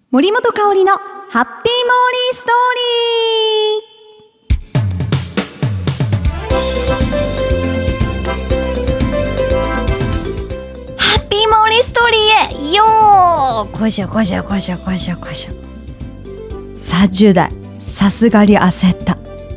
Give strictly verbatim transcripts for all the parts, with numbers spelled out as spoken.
森本香里のハッピーモーリーストーリー。ハッピーモーリーストーリーへよーこいしょこいしょこいしょこいしょこいしょ。さんじゅう代さすがに焦った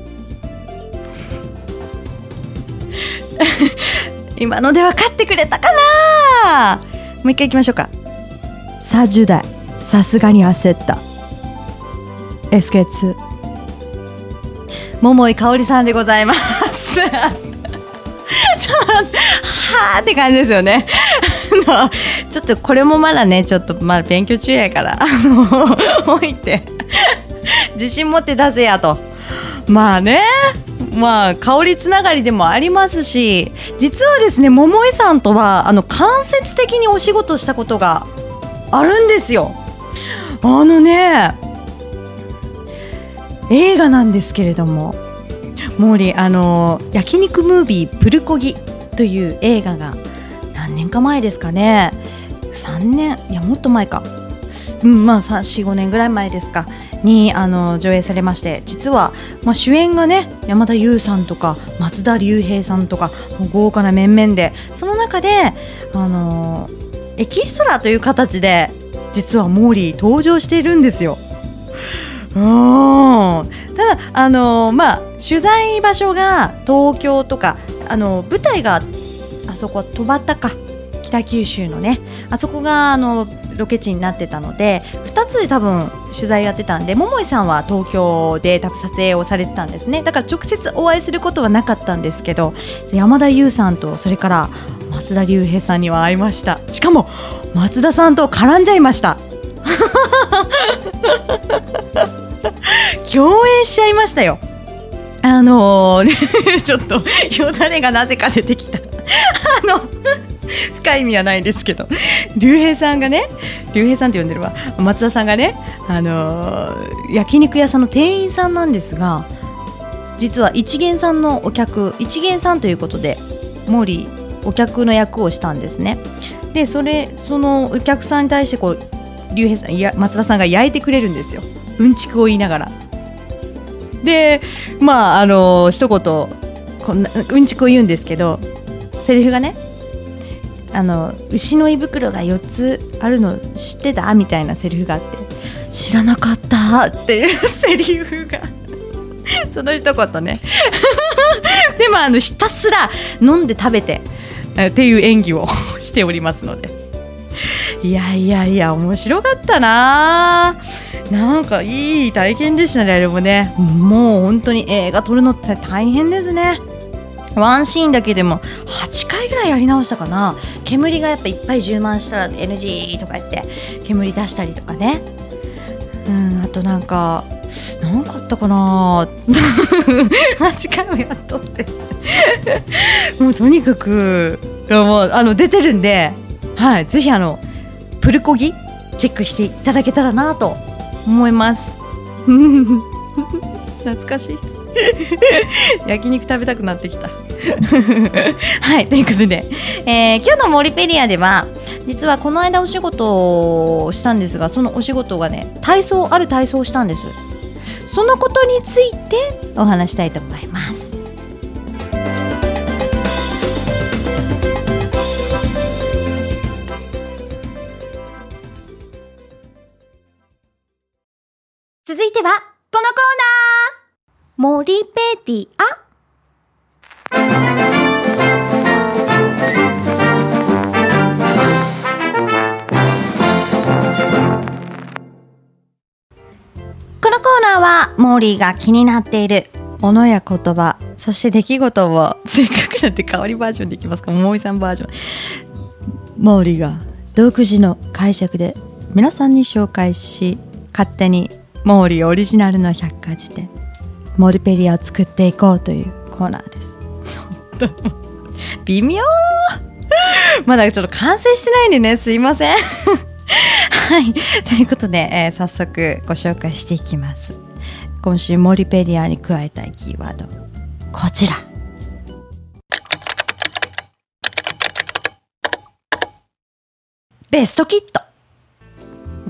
今ので分かってくれたかな。もう一回いきましょうか。さんじゅう代さすがに焦った エスケーツー 桃井かおりさんでございますちょっとはーって感じですよねちょっとこれもまだねちょっとまだ勉強中やからもういって自信持って出せやと。まあね、まあ香りつながりでもありますし、実はですね桃井さんとはあの間接的にお仕事したことがあるんですよ。あのね映画なんですけれども、モーリーあの焼肉ムービープルコギという映画が何年か前ですかね、さんねんいやもっと前か、うんまあさん、よん、ごねんぐらい前ですかにあの上映されまして、実は、まあ、主演がね山田優さんとか松田龍平さんとかもう豪華な面々で、その中であのエキストラという形で実はモーリー登場しているんですよ。うん、ただあのまあ取材場所が東京とか、あの舞台があそこは戸畑か北九州のね、あそこがあのロケ地になってたのでふたつで多分取材やってたんで、桃井さんは東京で多分撮影をされてたんですね。だから直接お会いすることはなかったんですけど、山田優さんとそれから松田龍平さんには会いました。しかも松田さんと絡んじゃいました共演しちゃいましたよ。あのー、ちょっとよだれがなぜか出てきたあの深い意味はないんですけど、龍平さんがね、龍平さんって呼んでるわ、松田さんがね、あのー、焼肉屋さんの店員さんなんですが、実は一元さんのお客、一元さんということでモーリーお客の役をしたんですね。でそれそのお客さんに対してこう龍平さんいや松田さんが焼いてくれるんですよ、うんちくを言いながら。でまああの一言こんなうんちくを言うんですけど、セリフがね、あの牛の胃袋がよっつあるの知ってたみたいなセリフがあって、知らなかったっていうセリフがその一言ねでもあのひたすら飲んで食べてっていう演技をしておりますので、いやいやいや面白かったな。なんかいい体験でしたね。あれもね、もう本当に映画撮るのって大変ですね。ワンシーンだけでもはちかいぐらいやり直したかな。煙がやっぱいっぱい充満したら エヌジー とか言って煙出したりとかね、うん、あとなんか何かあったかなはちかいもやっとってもうとにかくもうあの出てるんで、はい、ぜひあのプルコギチェックしていただけたらなと思います懐かしい焼肉食べたくなってきたはいということで、えー、今日のモリペリアでは実はこの間お仕事をしたんですが、そのお仕事がね体操ある体操をしたんです。そのことについてお話したいと思います。続いてはこのコーナー、モリペディア。このコーナーはモーリーが気になっているものや言葉、そして出来事をせっかくなんて香りバージョンでいきますか、桃井さんバージョン、モーリーが独自の解釈で皆さんに紹介し、勝手にモーリーオリジナルの百科事典モリペリアを作っていこうというコーナーです。ちょっと微妙まだちょっと完成してないんでね、すいませんはいということで、えー、早速ご紹介していきます。今週モリペリアに加えたいキーワード、こちら。ベストキット。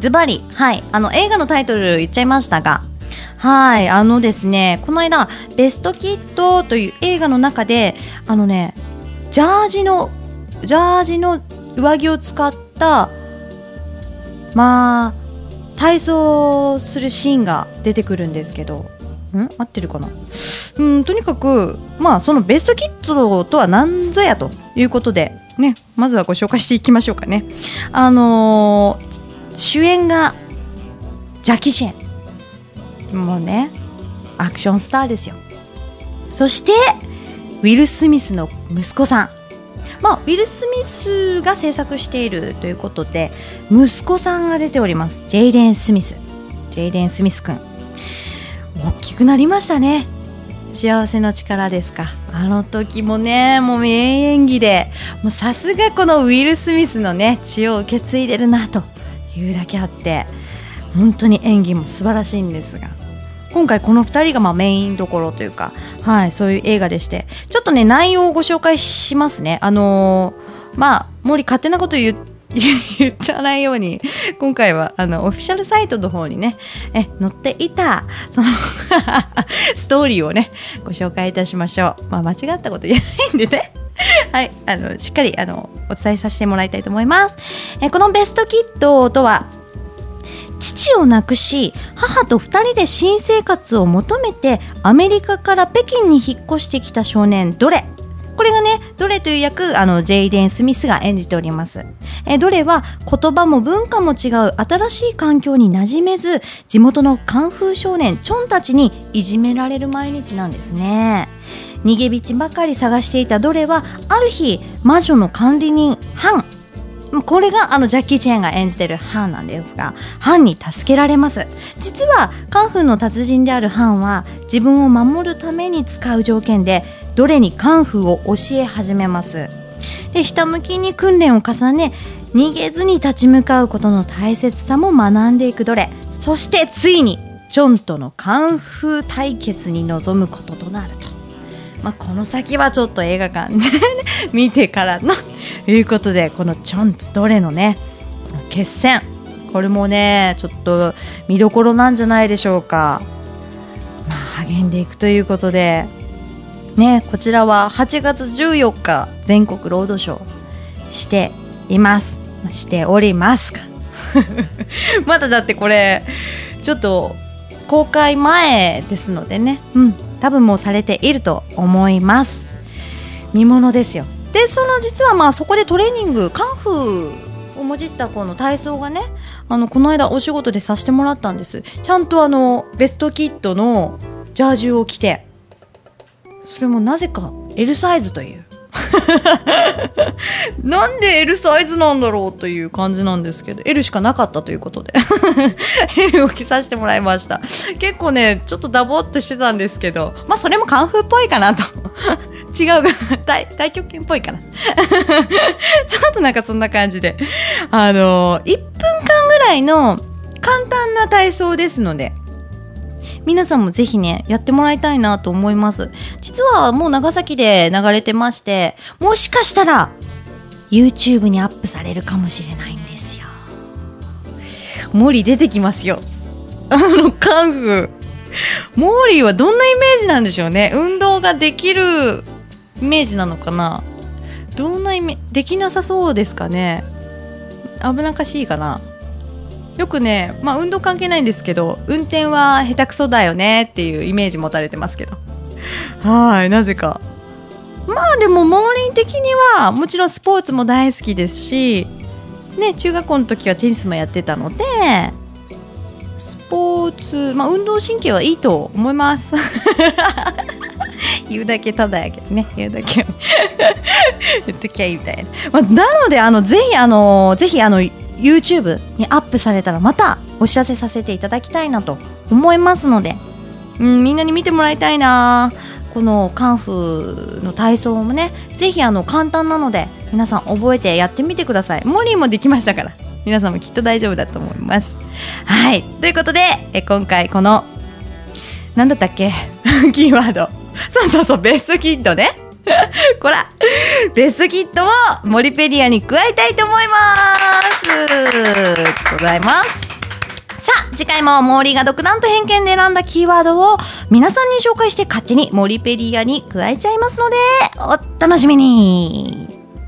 ズバリ、はい、あの映画のタイトル言っちゃいましたが、はい、あのですね、この間ベストキッドという映画の中で、あのね、ジャージのジャージの上着を使ったまあ体操するシーンが出てくるんですけど、ん合ってるかな。うん、とにかくまあそのベストキッドとは何ぞやということでね、まずはご紹介していきましょうかね。あのー、主演がジャッキー・チェン、もうねアクションスターですよ。そしてウィル・スミスの息子さん、まあ、ウィル・スミスが制作しているということで息子さんが出ております。ジェイデン・スミスジェイデン・スミスくん大きくなりましたね。幸せの力ですか。あの時もね、もう名演技で、もうさすがこのウィル・スミスのね血を受け継いでるなというだけあって、本当に演技も素晴らしいんですが、今回このふたりがまあメインどころというか、はい、そういう映画でして、ちょっとね内容をご紹介しますね。あのー、まあ森勝手なこと言って言っちゃわないように、今回はあのオフィシャルサイトの方にねえ載っていたそのストーリーをねご紹介いたしましょう。まあ間違ったこと言えないんでねはい、あのしっかりあのお伝えさせてもらいたいと思います。えこのベストキッドとは、父を亡くし母とふたりで新生活を求めてアメリカから北京に引っ越してきた少年ドレ、これがねドレという役、あのジェイデン・スミスが演じております。えドレは言葉も文化も違う新しい環境に馴染めず、地元のカンフー少年チョンたちにいじめられる毎日なんですね。逃げ道ばかり探していたドレはある日、魔女の管理人ハン、これがあのジャッキー・チェンが演じているハンなんですが、ハンに助けられます。実はカンフーの達人であるハンは自分を守るために使う条件でドレにカンフーを教え始めます。で、ひたむきに訓練を重ね、逃げずに立ち向かうことの大切さも学んでいくドレ。そしてついにチョンとのカンフー対決に臨むこととなると、まあ、この先はちょっと映画館で見てからのということで、このチョンとドレのねこの決戦、これもねちょっと見どころなんじゃないでしょうか。まあ、励んでいくということでね、こちらははちがつじゅうよっか全国ロードショーしていますしておりますかまだだってこれちょっと公開前ですのでね、うん、多分もうされていると思います。見ものですよ。で、その実はまあそこでトレーニング、カンフーをもじったこの体操がね、あのこの間お仕事でさせてもらったんです。ちゃんとあのベストキッドのジャージを着て、それもなぜか エル サイズというなんで エル サイズなんだろうという感じなんですけど、 エル しかなかったということでエル を着させてもらいました。結構ねちょっとダボっとしてたんですけど、まあそれもカンフーっぽいかなと違う太太極拳っぽいかなちょっとなんかそんな感じで、あのー、いっぷんかんぐらいの簡単な体操ですので、皆さんもぜひねやってもらいたいなと思います。実はもう長崎で流れてまして、もしかしたら YouTube にアップされるかもしれないんですよ。モーリー出てきますよ、あのカンフー。モーリーはどんなイメージなんでしょうね。運動ができるイメージなのかな。どんなイメージ、できなさそうですかね。危なっかしいかな。よくね、まあ運動関係ないんですけど、運転は下手くそだよねっていうイメージ持たれてますけど、はい、なぜか。まあでもモーリー的にはもちろんスポーツも大好きですしね、中学校の時はテニスもやってたので、スポーツ、まあ運動神経はいいと思います言うだけただやけどね、言うだけ言っときゃいいみたいな、まあ、なのであのぜひあのぜひあのYouTube にアップされたらまたお知らせさせていただきたいなと思いますので、うん、みんなに見てもらいたいな。このカンフーの体操もね、ぜひあの簡単なので皆さん覚えてやってみてください。モリーもできましたから皆さんもきっと大丈夫だと思います。はい、ということでえ今回この何だったっけキーワード、そうそうそう、ベストキッドねこらベストキッドをモリペディアに加えたいと思います。ございます。 次回もモーリーが独断と偏見で選んだキーワードを皆さんに紹介して勝手にモリペリアに加えちゃいますのでお楽しみに。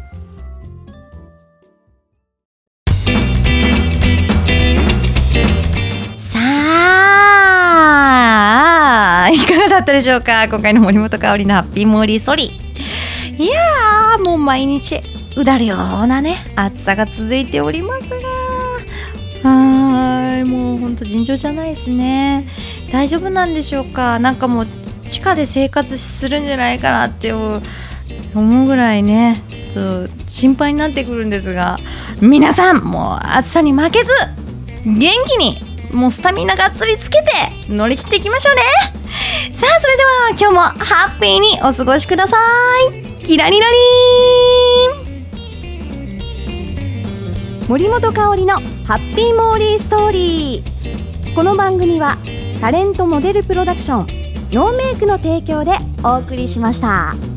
さあいかがだったでしょうか。今回の森本香織のハッピーモーリーソリ。いやーもう毎日うだるようなね暑さが続いておりますが、はいもうほんと尋常じゃないですね。大丈夫なんでしょうか。なんかもう地下で生活するんじゃないかなって思うぐらいねちょっと心配になってくるんですが、皆さんもう暑さに負けず元気にもうスタミナがっつりつけて乗り切っていきましょうね。さあそれでは今日もハッピーにお過ごしください。キラリラリーン。森本香織のハッピーモーリーストーリー。この番組はタレントモデルプロダクションノーメイクの提供でお送りしました。